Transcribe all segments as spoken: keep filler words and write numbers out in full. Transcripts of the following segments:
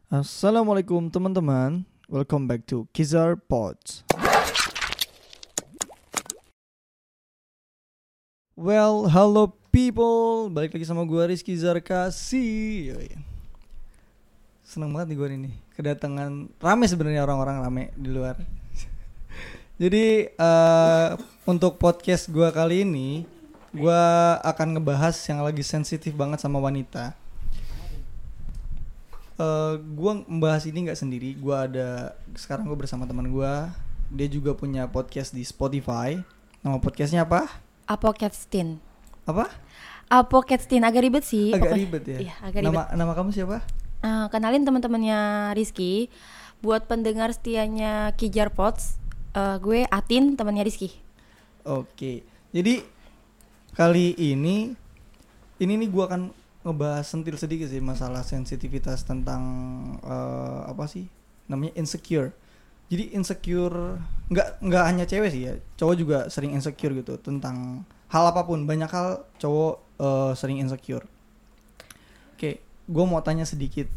Assalamualaikum teman-teman, welcome back to Kizar Pods. Well, hello people, balik lagi sama gue Rizky Zarkasi. Yoi. Seneng banget nih gue ini, kedatangan rame sebenarnya orang-orang rame di luar. Jadi uh, untuk podcast gue kali ini, gue akan ngebahas yang lagi sensitif banget sama wanita. Uh, gue membahas ini nggak sendiri, gue ada sekarang gue bersama teman gue, dia juga punya podcast di Spotify. Nama podcastnya apa? Apoketstin. Apa? Apoketstin agak ribet sih. Agak pokoknya. ribet ya. Iya, agak ribet. Nama nama kamu siapa? Uh, kenalin teman-temannya Rizky. Buat pendengar setianya Kijar Pods, uh, gue Atin, temannya Rizky. Oke. Jadi kali ini ini nih gue akan ngebahas sentil sedikit sih masalah sensitivitas tentang uh, apa sih namanya insecure. Jadi insecure nggak nggak hanya cewek sih ya, cowok juga sering insecure gitu tentang hal apapun. Banyak hal cowok uh, sering insecure. Oke, gue mau tanya sedikit.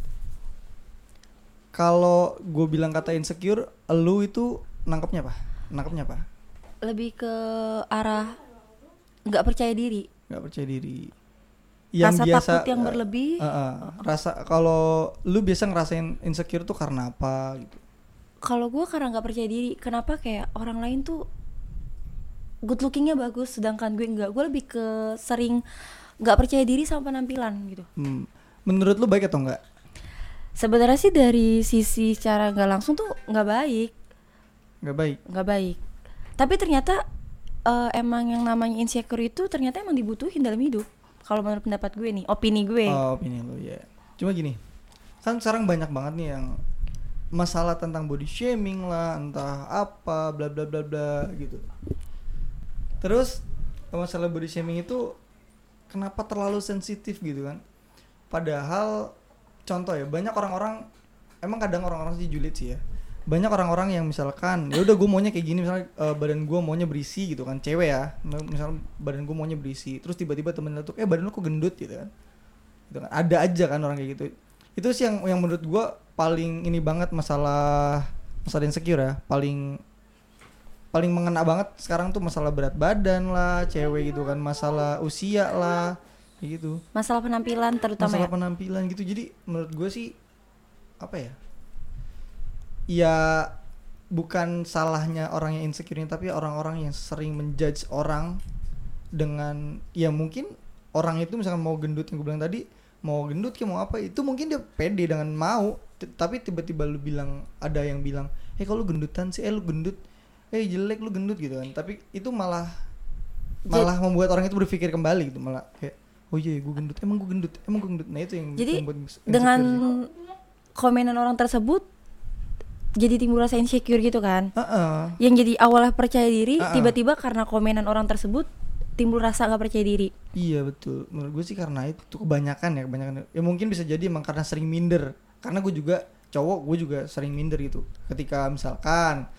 Kalau gue bilang kata insecure, lu itu nangkepnya apa? Nangkepnya apa? Lebih ke arah nggak percaya diri. Nggak percaya diri. Yang rasa biasa, takut yang berlebih. Uh, uh, rasa kalau lu biasa ngerasain insecure tuh karena apa gitu? Kalau gue karena nggak percaya diri. Kenapa kayak orang lain tuh good lookingnya bagus, sedangkan gue nggak. Gue lebih ke sering nggak percaya diri sama penampilan gitu. Hmm. Menurut lu baik atau enggak? Sebenarnya sih dari sisi cara nggak langsung tuh nggak baik. Nggak baik. Nggak baik. Tapi ternyata uh, emang yang namanya insecure itu ternyata emang dibutuhin dalam hidup. Kalau menurut pendapat gue nih, opini gue. Oh, opini lu ya. Cuma gini, kan sekarang banyak banget nih yang masalah tentang body shaming lah, entah apa, bla bla bla bla gitu. Terus masalah body shaming itu kenapa terlalu sensitif gitu kan? Padahal contoh ya, banyak orang-orang, emang kadang orang-orang sih julid sih ya. Banyak orang-orang yang misalkan ya udah gue maunya kayak gini, misalnya uh, badan gue maunya berisi gitu kan, cewek ya, misalnya badan gue maunya berisi, terus tiba-tiba temen lu tuh eh badan lu kok gendut gitu kan, gitu kan, ada aja kan orang kayak gitu. Itu sih yang yang menurut gue paling ini banget masalah masalah insecure ya, paling paling mengena banget sekarang tuh masalah berat badan lah, cewek gitu kan, masalah usia lah, kayak gitu. Masalah penampilan terutama. Masalah ya? penampilan gitu. Jadi menurut gue sih apa ya? Ya bukan salahnya orang yang insecure ini, tapi orang-orang yang sering menjudge orang dengan ya mungkin orang itu misalkan mau gendut yang gue bilang tadi, mau gendut kayak mau apa, itu mungkin dia pede dengan mau, t- tapi tiba-tiba lu bilang, ada yang bilang, eh kalau lu gendutan sih, eh lu gendut, eh jelek lu gendut gitu kan, tapi itu malah malah Jadi, membuat orang itu berpikir kembali gitu, malah kayak oh iya gue gendut, emang gue gendut, emang gue gendut. Nah itu yang Jadi membuat insecure dengan sih. komenan orang tersebut jadi timbul rasa insecure gitu kan. Uh-uh. Yang jadi awalnya percaya diri, Uh-uh. tiba-tiba karena komenan orang tersebut timbul rasa gak percaya diri. Iya betul, menurut gue sih karena itu kebanyakan ya kebanyakan ya mungkin bisa jadi emang karena sering minder, karena gue juga cowok, gue juga sering minder gitu ketika misalkan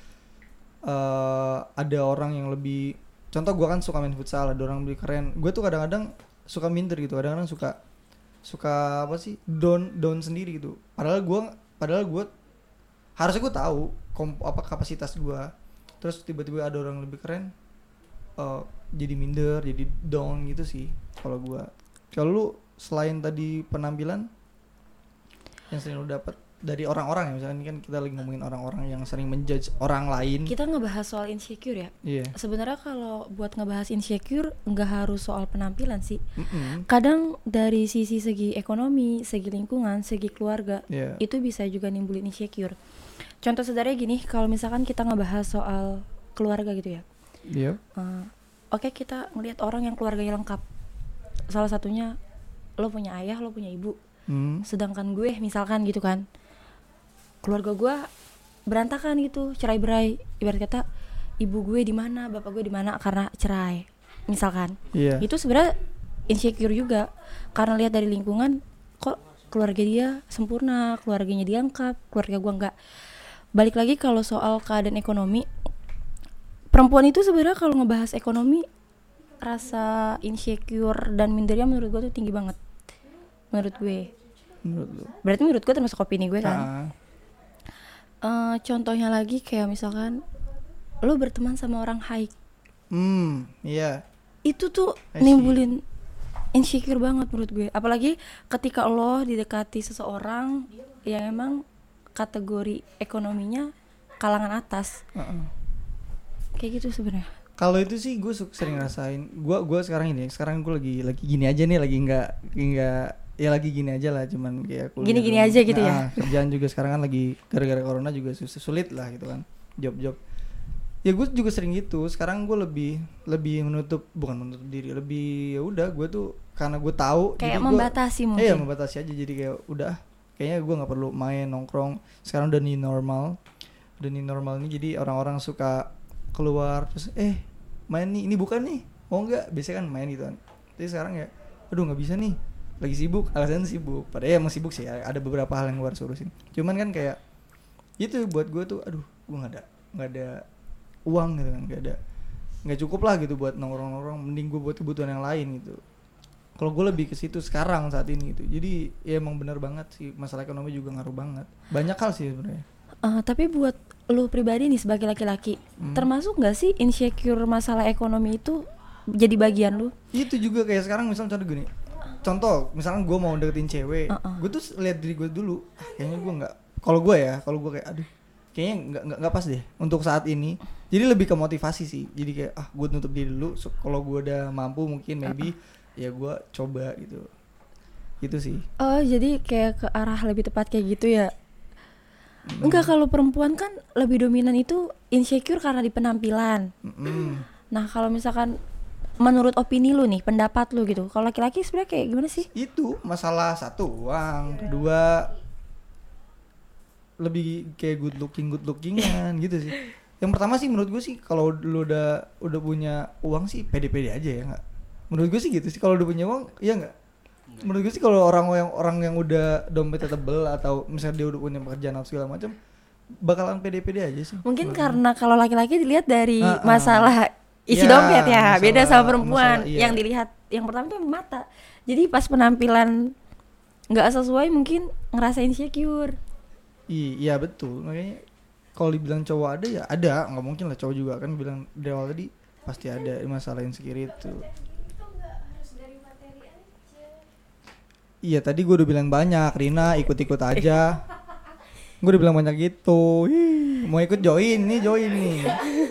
uh, ada orang yang lebih, contoh gue kan suka main futsal, ada orang lebih keren, gue tuh kadang-kadang suka minder gitu, kadang-kadang suka suka apa sih down down sendiri gitu, padahal gue padahal gue harusnya gue tahu komp- apa kapasitas gue, terus tiba-tiba ada orang lebih keren, uh, jadi minder, jadi down gitu sih kalau gue. Kalau lu selain tadi penampilan yang sering lu dapat dari orang-orang ya, misalnya ini kan kita lagi ngomongin orang-orang yang sering menjudge orang lain. Kita ngebahas soal insecure ya. Iya. Yeah. Sebenarnya kalau buat ngebahas insecure nggak harus soal penampilan sih. Mm-mm. Kadang dari sisi segi ekonomi, segi lingkungan, segi keluarga, Yeah. itu bisa juga nimbulin insecure. Contoh sederhana gini, kalau misalkan kita ngebahas soal keluarga gitu ya. Iya. Yeah. Uh, Oke, okay, kita ngelihat orang yang keluarganya lengkap. Salah satunya lo punya ayah, lo punya ibu. Mm. Sedangkan gue misalkan gitu kan, keluarga gue berantakan gitu, cerai-berai. Ibarat kata ibu gue di mana, bapak gue di mana karena cerai. Misalkan. Iya. Yeah. Itu sebenarnya insecure juga. Karena lihat dari lingkungan, kok keluarga dia sempurna, keluarganya dia lengkap, keluarga gue enggak. Balik lagi kalau soal keadaan ekonomi, perempuan itu sebenarnya kalau ngebahas ekonomi, rasa insecure dan mindernya menurut gue tuh tinggi banget. Menurut gue menurut lu? Berarti menurut gue termasuk opini gue kan. Ah. Eh, contohnya lagi kayak misalkan lo berteman sama orang high, Hmm, iya. itu tuh I see. nimbulin insecure banget menurut gue. Apalagi ketika lo didekati seseorang yang emang kategori ekonominya kalangan atas, Uh-uh. kayak gitu sebenarnya. Kalau itu sih gue sering ngerasain. Gue gue sekarang ini, sekarang gue lagi lagi gini aja nih, lagi nggak nggak ya lagi gini aja lah, cuman kayak kuliah Gini-gini dulu. aja gitu ya? Nah, kerjaan juga sekarang kan lagi gara-gara corona juga susah sulit lah gitu kan, job-job. Ya gue juga sering gitu. Sekarang gue lebih lebih menutup, bukan menutup diri, lebih ya udah gue tuh karena gue tahu Kayak jadi gua- membatasi mungkin. Iya membatasi aja, jadi kayak udah kayaknya gue nggak perlu main nongkrong. Sekarang udah new normal, udah new normal ini jadi orang-orang suka keluar terus eh main nih, ini bukan nih, mau nggak, biasanya kan main gitu kan. Tapi sekarang ya aduh nggak bisa nih, lagi sibuk, alasan sibuk, padahal emang sibuk sih, ada beberapa hal yang gue harus urusin. Cuman kan kayak itu buat gue tuh aduh gue nggak ada nggak ada uang gitu kan, nggak ada nggak cukup lah gitu buat nongkrong-nongkrong, mending gue buat kebutuhan yang lain gitu. Kalau gue lebih ke situ sekarang saat ini gitu. Jadi ya emang benar banget sih, masalah ekonomi juga ngaruh banget, banyak hal sih sebenarnya. Uh, tapi buat lu pribadi nih sebagai laki-laki, Hmm. termasuk nggak sih insecure masalah ekonomi itu jadi bagian lu? Itu juga kayak sekarang misalnya contoh gini, contoh misalnya gue mau deketin cewek, Uh-uh. gue tuh lihat diri gue dulu, ah, kayaknya gue nggak, kalau gue ya, kalau gue kayak aduh, kayaknya nggak nggak nggak pas deh untuk saat ini. Jadi lebih ke motivasi sih, jadi kayak ah gue nutup diri dulu, so, kalau gue udah mampu mungkin maybe uh-uh. ya gue coba gitu, gitu sih. Oh jadi kayak ke arah lebih tepat kayak gitu ya? Mm. Enggak, kalau perempuan kan lebih dominan itu insecure karena di penampilan. Mm-mm. Nah kalau misalkan menurut opini lu nih, pendapat lu gitu, kalau laki-laki sebenarnya kayak gimana sih? Itu masalah satu uang, kedua lebih kayak good looking good lookingan gitu sih. Yang pertama sih menurut gue sih kalau lu udah udah punya uang sih pede-pede aja ya nggak? Menurut gue sih gitu sih, kalau udah punya uang iya nggak? Menurut gue sih kalau orang yang orang yang udah dompetnya tebel atau misalnya dia udah punya pekerjaan atau segala macam bakalan pede-pede aja sih. Mungkin menurut karena kalau laki-laki dilihat dari Ah, ah. masalah isi Ya, dompet ya, beda masalah- sama perempuan masalah, iya. yang dilihat yang pertama tuh mata. Jadi pas penampilan nggak sesuai mungkin ngerasa insecure. I- iya betul, makanya kalau dibilang cowok ada ya ada, nggak mungkin lah cowok juga kan bilang dari awal tadi pasti ada masalah insecure itu. Iya tadi gue udah bilang banyak, Rina ikut-ikut aja. Gue udah bilang banyak gitu. Ih, mau ikut join nih, join nih.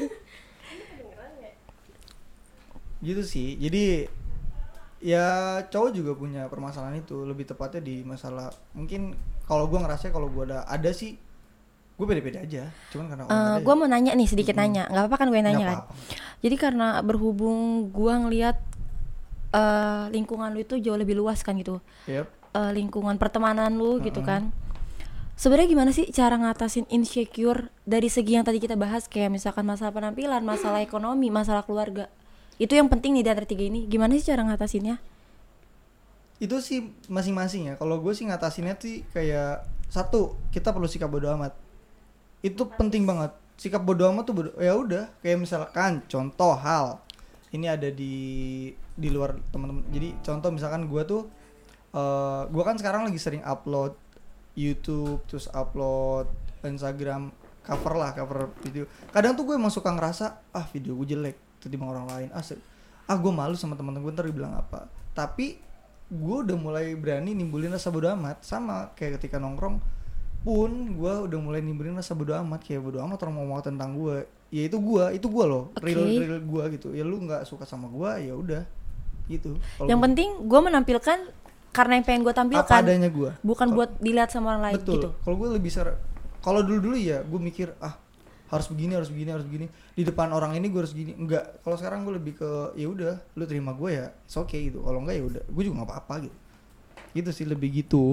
Gitu sih. Jadi ya cowok juga punya permasalahan itu, lebih tepatnya di masalah mungkin kalau gue ngerasa kalau gue ada ada sih gue pede-pede aja. Cuman karena orang Uh, ada gue ya, mau nanya nih sedikit Mm-mm. nanya, nggak apa-apa kan gue nggak nanya kan? apa-apa. Jadi karena berhubung gue ngelihat uh, lingkungan lu itu jauh lebih luas kan gitu, Yep. uh, lingkungan pertemanan lu gitu Mm-mm. kan. Sebenarnya gimana sih cara ngatasin insecure dari segi yang tadi kita bahas, kayak misalkan masalah penampilan, masalah ekonomi, masalah keluarga. Itu yang penting nih di antara tiga ini. Gimana sih cara ngatasinnya? Itu sih masing-masing ya. Kalau gue sih ngatasinnya sih kayak satu, kita perlu sikap bodo amat. Itu penting banget. Sikap bodo amat tuh bodo, ya udah kayak misalkan contoh hal ini ada di di luar teman-teman. Jadi contoh misalkan gue tuh uh, gue kan sekarang lagi sering upload YouTube, terus upload Instagram, cover lah, cover video. Kadang tuh gue emang suka ngerasa ah video gue jelek ketimbang orang lain. Ah, se- ah gue malu sama teman-teman gue ntar dibilang apa. Tapi gue udah mulai berani nimbulin rasa bodo amat, sama kayak ketika nongkrong pun gue udah mulai nimbulin rasa bodo amat, kayak bodo amat orang mau ngomong tentang gue, ya itu gue, itu gue loh, Oke. real real gue gitu. Ya lu nggak suka sama gue ya udah gitu. Kalau Yang gua- penting gue menampilkan karena yang pengen gue tampilkan, apa adanya gue, bukan buat dilihat sama orang lain betul. gitu. Kalau gue lebih ser, kalau dulu dulu ya gue mikir ah harus begini harus begini harus begini di depan orang ini gue harus gini, enggak. Kalau sekarang gue lebih ke ya udah lu terima gue ya it's okay gitu, kalau enggak ya udah gue juga nggak apa-apa gitu. Gitu sih, lebih gitu.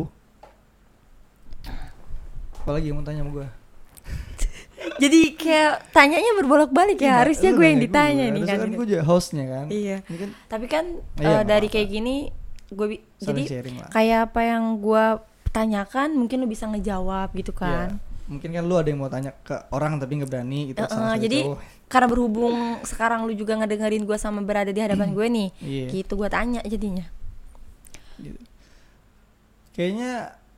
Apalagi yang mau tanya sama gue? Jadi kayak tanyanya berbolak-balik ya, harusnya Lu gue yang nanya ditanya gue. nih Harusnya kan. kan gitu. gue juga hostnya kan. Iya. Ini kan Tapi kan Iya, eh, nggak dari apa-apa. kayak gini gue bi- saling jadi sharing lah. kayak apa yang gue tanyakan mungkin lu bisa ngejawab gitu kan. Iya. Mungkin kan lu ada yang mau tanya ke orang tapi nggak berani gitu. Eh, salah eh, satu jadi cowok. karena berhubung sekarang lu juga ngedengerin gue sama berada di hadapan gue nih, Iya. gitu gue tanya jadinya. Gitu. Kayaknya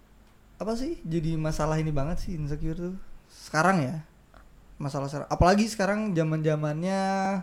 apa sih jadi masalah ini banget sih insecure tuh sekarang ya, masalah sekarang. Apalagi sekarang zaman zamannya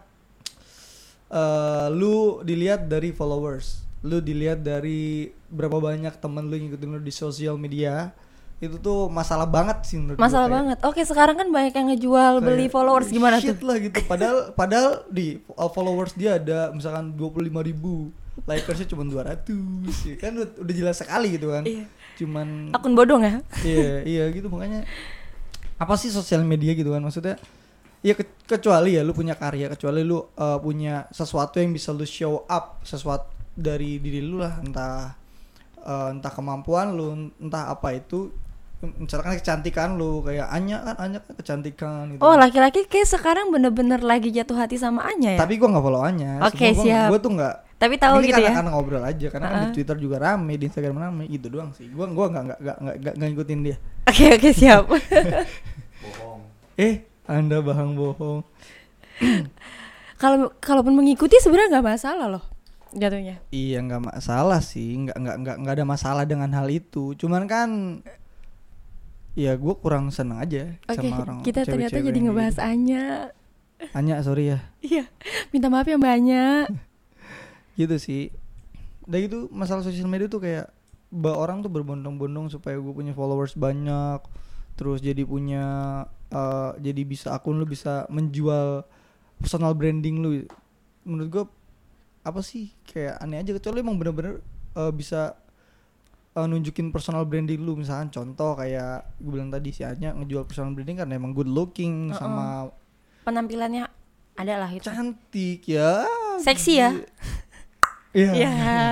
uh, lu dilihat dari followers, lu dilihat dari berapa banyak temen lu ngikutin lu di sosial media. Itu tuh masalah banget sih menurut Masalah gue, banget. Oke, sekarang kan banyak yang ngejual beli followers, gimana shit tuh? lah gitu. Padahal padahal di uh, followers dia ada misalkan dua puluh lima ribu, likersnya cuma dua ratus, ya kan udah, udah jelas sekali gitu kan. Iya. Cuman Akun bodong ya? iya iya gitu, makanya apa sih sosial media gitu kan, maksudnya ya ke- kecuali ya lu punya karya, kecuali lu uh, punya sesuatu yang bisa lu show up, sesuatu dari diri lu lah, entah uh, entah kemampuan lu, entah apa itu, misalkan kecantikan lu, kayak Anya kan, Anya kan kecantikan gitu. Oh, laki-laki kayak sekarang bener-bener lagi jatuh hati sama Anya ya? Tapi gua nggak follow Anya. Oke, Gua, siap. Gua tuh nggak. Tapi tahu ini gitu karena, ya? karena ngobrol aja, karena kan Uh-uh. di Twitter juga rame, di Instagram rame, gitu doang sih. Gua gua nggak nggak nggak nggak nggak ngikutin dia. Oke, oke, siap. Bohong. Eh, Anda bahang bohong. Kalau kalaupun mengikuti sebenarnya nggak masalah loh jatuhnya. Iya, nggak masalah sih, nggak nggak nggak nggak ada masalah dengan hal itu. Cuman kan, ya gue kurang seneng aja Oke, sama orang kita ternyata cewek-cewek jadi yang ngebahas gitu. Anya. Anya, sorry ya. Iya, minta maaf ya Mbak Anya. Gitu sih. Udah gitu masalah sosial media tuh kayak bah orang tuh berbondong-bondong supaya gue punya followers banyak, terus jadi punya uh, jadi bisa akun lu bisa menjual personal branding lu. Menurut gue apa sih, kayak aneh aja, kecuali emang bener-bener uh, bisa uh, nunjukin personal branding lu. Misalkan contoh kayak gue bilang tadi, si Anya ngejual personal branding karena emang good looking, Uh-uh. sama Penampilannya ada lah itu. cantik ya, Seksi ya? Iya. Iya.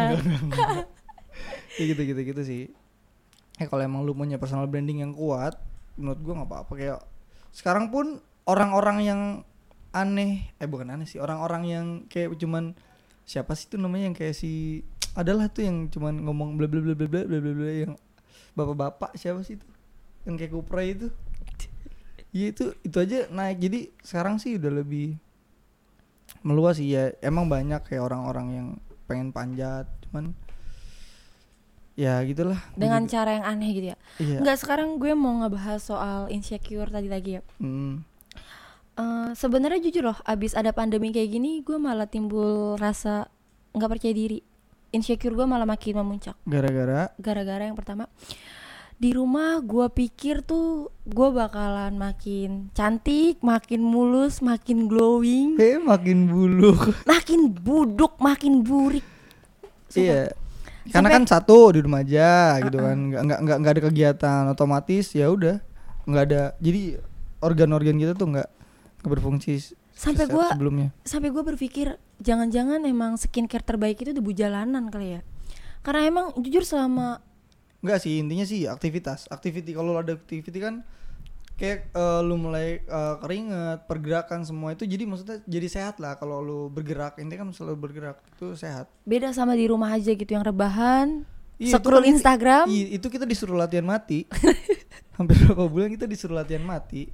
Ya gitu gitu gitu sih. Ya kalau emang lu punya personal branding yang kuat, menurut gua nggak apa-apa. Kayak sekarang pun orang-orang yang aneh, eh bukan aneh sih, orang-orang yang kayak cuman siapa sih tuh namanya, yang kayak si adalah tuh yang cuman ngomong bla bla bla bla bla bla bla bla, yang bapak-bapak siapa sih itu, yang kayak kupra itu. Iya itu itu aja naik. Jadi sekarang sih udah lebih meluas sih ya. Emang banyak kayak orang-orang yang pengen panjat, cuman ya gitulah. Dengan Begitu. cara yang aneh gitu ya. Iya. Enggak, sekarang gue mau ngebahas soal insecure tadi lagi ya. Hmm. Uh, sebenarnya jujur loh, abis ada pandemi kayak gini, gue malah timbul rasa nggak percaya diri. Insecure gue malah makin memuncak. Gara-gara Gara-gara yang pertama, di rumah gue pikir tuh gue bakalan makin cantik, makin mulus, makin glowing, eh makin buluk. makin buduk, makin burik. Sumpah. Iya. Karena Sampai- kan satu di rumah aja gitu kan, nggak nggak nggak nggak ada kegiatan, otomatis ya udah nggak ada. Jadi organ-organ kita tuh nggak nggak berfungsi s- Sampai se- gua- sebelumnya. Sampai gue berpikir jangan-jangan emang skincare terbaik itu di jalanan kali ya. Karena emang jujur selama Enggak sih, intinya sih aktivitas. Activity, kalau ada activity kan kayak uh, lu mulai uh, keringat, pergerakan semua itu, jadi maksudnya jadi sehat lah kalau lu bergerak. Intinya kan selalu bergerak itu sehat. beda sama di rumah aja gitu yang rebahan, Iya, itu scroll kan- Instagram. i- itu kita disuruh latihan mati. Hampir berapa bulan kita disuruh latihan mati.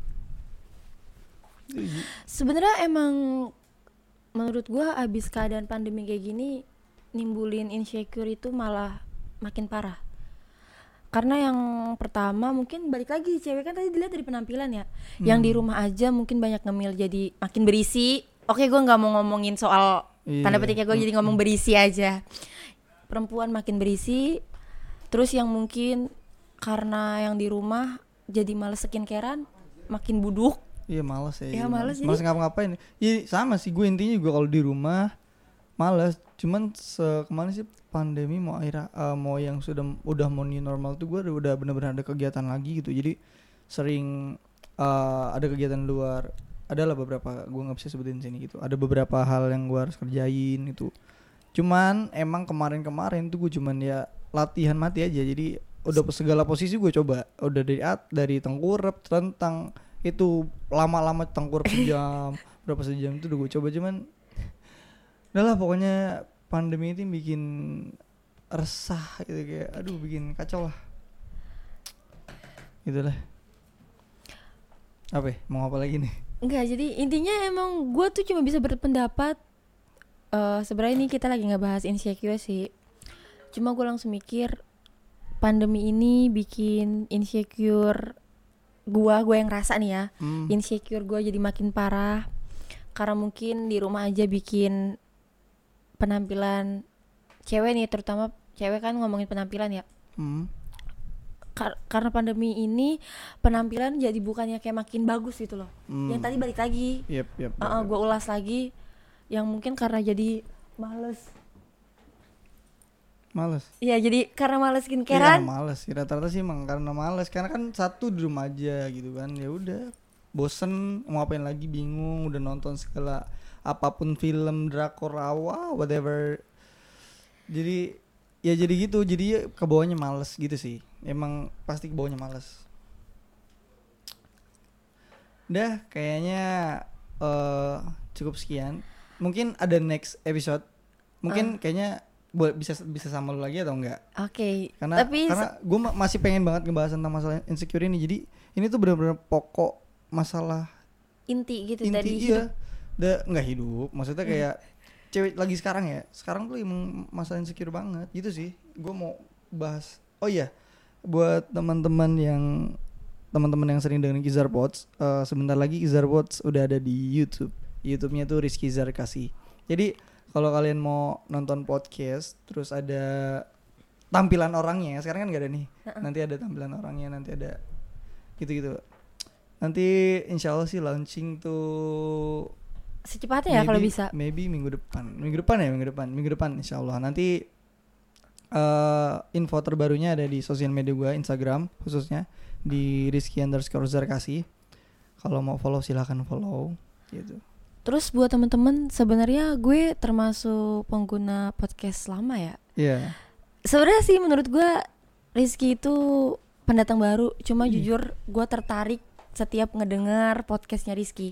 Sebenarnya emang menurut gua abis keadaan pandemi kayak gini nimbulin insecure itu malah makin parah. Karena yang pertama mungkin balik lagi, cewek kan tadi dilihat dari penampilan ya. Hmm. Yang di rumah aja mungkin banyak ngemil jadi makin berisi. Oke, gua nggak mau ngomongin soal Iya. tanda petiknya, gue jadi ngomong berisi aja. Perempuan makin berisi. Terus yang mungkin karena yang di rumah jadi males skincarean, makin buduk. Iya males ya. Iya, iya, males, jadi- Males ngapa-ngapain. Iya sama sih, gue intinya juga kalau di rumah males. Cuman se kemarin sih pandemi mau akhir uh, mau yang sudah udah mau new normal tuh gue udah benar-benar ada kegiatan lagi gitu. Jadi sering uh, ada kegiatan luar. Adalah beberapa, gue nggak bisa sebutin sini gitu. Ada beberapa hal yang gue harus kerjain itu. Cuman emang kemarin-kemarin tuh gue cuman ya latihan mati aja. Jadi udah segala posisi gue coba. Udah dari at, dari tengkurap, tentang itu lama-lama tengkurap sejam, berapa sejam itu udah gue coba. Cuman udahlah, pokoknya pandemi ini bikin resah gitu, kayak aduh bikin kacau lah. Gitulah. Apa ya? Mau apa lagi nih? Enggak, jadi intinya emang gue tuh cuma bisa berpendapat. Uh, sebenarnya ini kita lagi nggak bahas insecure sih. Cuma gue langsung mikir pandemi ini bikin insecure gua, gua yang ngerasa nih ya, Hmm. insecure gua jadi makin parah karena mungkin di rumah aja bikin penampilan cewek nih, terutama cewek kan ngomongin penampilan ya. Hmm. Kar- karena pandemi ini penampilan jadi bukannya kayak makin bagus gitu loh. Hmm. Yang tadi balik lagi, Yep, yep, uh, yep. gue ulas lagi, yang mungkin karena jadi males. Males. Iya, jadi karena males Iya, skincarean. males sih, rata-rata sih emang karena males, karena kan satu di rumah aja gitu kan, ya udah bosen mau ngapain lagi, bingung, udah nonton segala apapun film, drakor, rawa, whatever, jadi ya jadi gitu, jadi ya kebawahnya males gitu sih, emang pasti kebawahnya males. Udah kayaknya eh, cukup sekian, mungkin ada next episode, mungkin kayaknya boleh bisa bisa sama lu lagi atau enggak? Oke, Karena tapi karena gue masih pengen banget ngebahas tentang masalah insecure ini. Jadi ini tuh benar-benar pokok masalah inti gitu inti, dari iya. hidup. Da, nggak hidup, maksudnya kayak cewek lagi sekarang ya. Sekarang tuh emang masalah insecure banget gitu sih. Gue mau bahas. Oh iya, buat teman-teman yang teman-teman yang sering dengerin Kizar Pods, uh, sebentar lagi Kizar Pods udah ada di YouTube. YouTube-nya tuh Rizky Zarkasi. Jadi kalau kalian mau nonton podcast terus ada tampilan orangnya, sekarang kan gak ada nih. Uh-uh. Nanti ada tampilan orangnya, nanti ada gitu-gitu. Nanti insya Allah sih launching tuh Secepatnya ya kalau maybe- bisa. Maybe minggu depan. Minggu depan ya, minggu depan. Minggu depan insya Allah. Nanti uh, info terbarunya ada di sosial media gue, Instagram khususnya di Rizky underscore Zarkasi. Kalau mau follow silahkan follow gitu. Terus buat temen-temen, sebenarnya gue termasuk pengguna podcast lama ya. Iya. Sebenarnya sih menurut gue Rizky itu pendatang baru. Cuma Hmm. jujur gue tertarik setiap ngedengar podcastnya Rizky.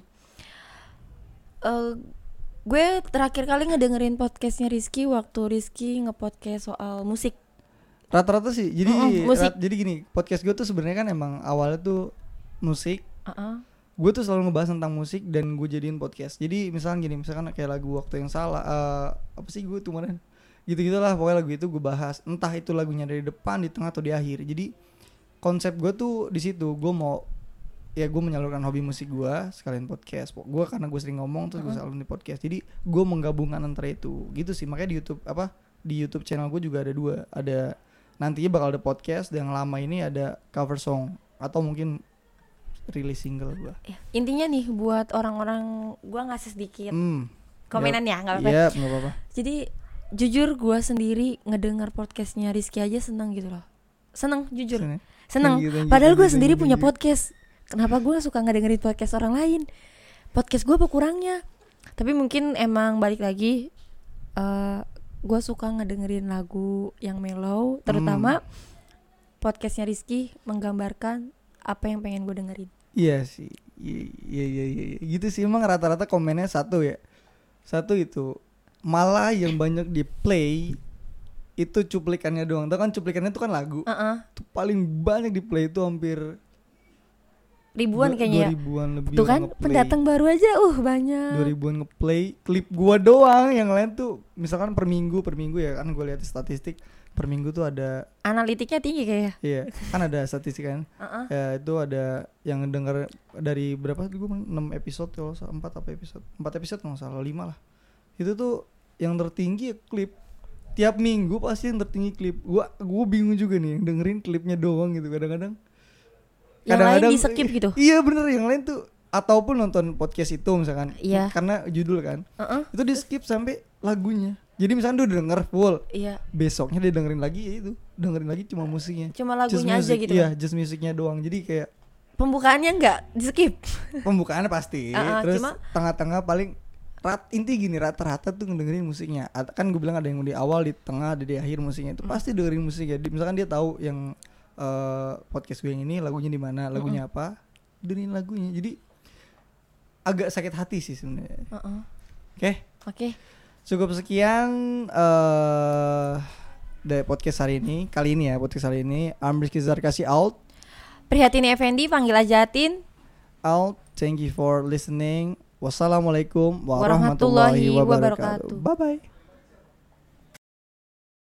Eh, gue terakhir kali ngedengerin podcastnya Rizky waktu Rizky nge-podcast soal musik. Rata-rata sih. Jadi Mm-mm, musik. rat- jadi gini, podcast gue tuh sebenarnya kan emang awalnya tuh musik. Uh-uh. Gue tuh selalu ngebahas tentang musik dan gue jadiin podcast. Jadi misalkan gini, misalkan kayak lagu Waktu Yang Salah, uh, apa sih gue tuh kemarin, gitu-gitulah pokoknya lagu itu gue bahas. Entah itu lagunya dari depan, di tengah atau di akhir. Jadi konsep gue tuh di situ. Gue mau, ya gue menyalurkan hobi musik gue sekalian podcast. Gue karena gue sering ngomong terus gue selalu di podcast. Jadi gue menggabungkan antara itu. Gitu sih. Makanya di YouTube apa di YouTube channel gue juga ada dua. Ada nantinya bakal ada podcast, dan yang lama ini ada cover song atau mungkin rilis single gue. Ya, intinya nih buat orang-orang, gue ngasih sedikit Hmm. komenan ya, nggak apa-apa. Iya, nggak apa-apa. Jadi jujur gue sendiri ngedengar podcastnya Rizky aja seneng gitu loh. Seneng, jujur. Sini. Seneng. Thank you, thank you, Padahal thank gue you, sendiri thank you, punya thank you. podcast. Kenapa gue suka ngedengerin podcast orang lain? Podcast gue apa kurangnya? Tapi mungkin emang balik lagi, uh, gue suka ngedengerin lagu yang mellow, terutama Hmm. podcastnya Rizky menggambarkan apa yang pengen gue dengerin. Iya sih. Iya iya iya iya. Gitu sih, emang rata-rata komennya satu ya. Satu itu. Malah yang banyak di play itu cuplikannya doang. Tahu kan cuplikannya itu kan lagu. Uh-uh. Itu paling banyak di play itu hampir Ribuan dua- kayaknya dua ya. ribuan lebih. Tuh kan orang ngeplay. pendatang baru aja uh banyak. dua ribuan ngeplay klip gua doang, yang lain tuh misalkan per minggu per minggu ya kan, gue lihat statistik per minggu tuh ada, Analitiknya tinggi kayaknya. iya kan ada statistik kan. Uh-uh. Ya itu ada yang denger dari berapa gue enam episode kalau salah, empat apa episode empat episode kalau nggak salah, lima lah, itu tuh yang tertinggi ya klip. Tiap minggu pasti yang tertinggi klip. Gua gue bingung juga nih yang dengerin klipnya doang gitu kadang-kadang. Yang lain di skip gitu. Iya bener, yang lain tuh ataupun nonton podcast itu misalkan, Iya. karena judul kan, Uh-uh. itu di skip sampai lagunya. Jadi misalkan dia udah denger full, Iya. besoknya dia dengerin lagi, ya itu dengerin lagi cuma musiknya, Cuma just lagunya aja music, gitu. iya kan. just musiknya doang. Jadi kayak Pembukaannya enggak di skip. pembukaannya pasti, Uh-uh, terus cuma- tengah-tengah paling rat inti gini, rata-rata tuh ngedengerin musiknya. At- kan gue bilang ada yang di awal, di tengah, ada di akhir musiknya, itu pasti dengerin musiknya. Di- misalkan dia tahu yang eh, podcast gue yang ini lagunya di mana, lagunya apa, dengerin lagunya. Jadi agak sakit hati sih sebenarnya. Uh-uh. Oke, Oke. cukup sekian eh dari podcast hari ini. Kali ini ya podcast hari ini. I'm Rizky Zarkasi out. Prihatini Effendi panggil aja Atin. Out. Thank you for listening. Wassalamualaikum warahmatullahi Warahmatullahi wabarakatuh. wabarakatuh. Bye bye.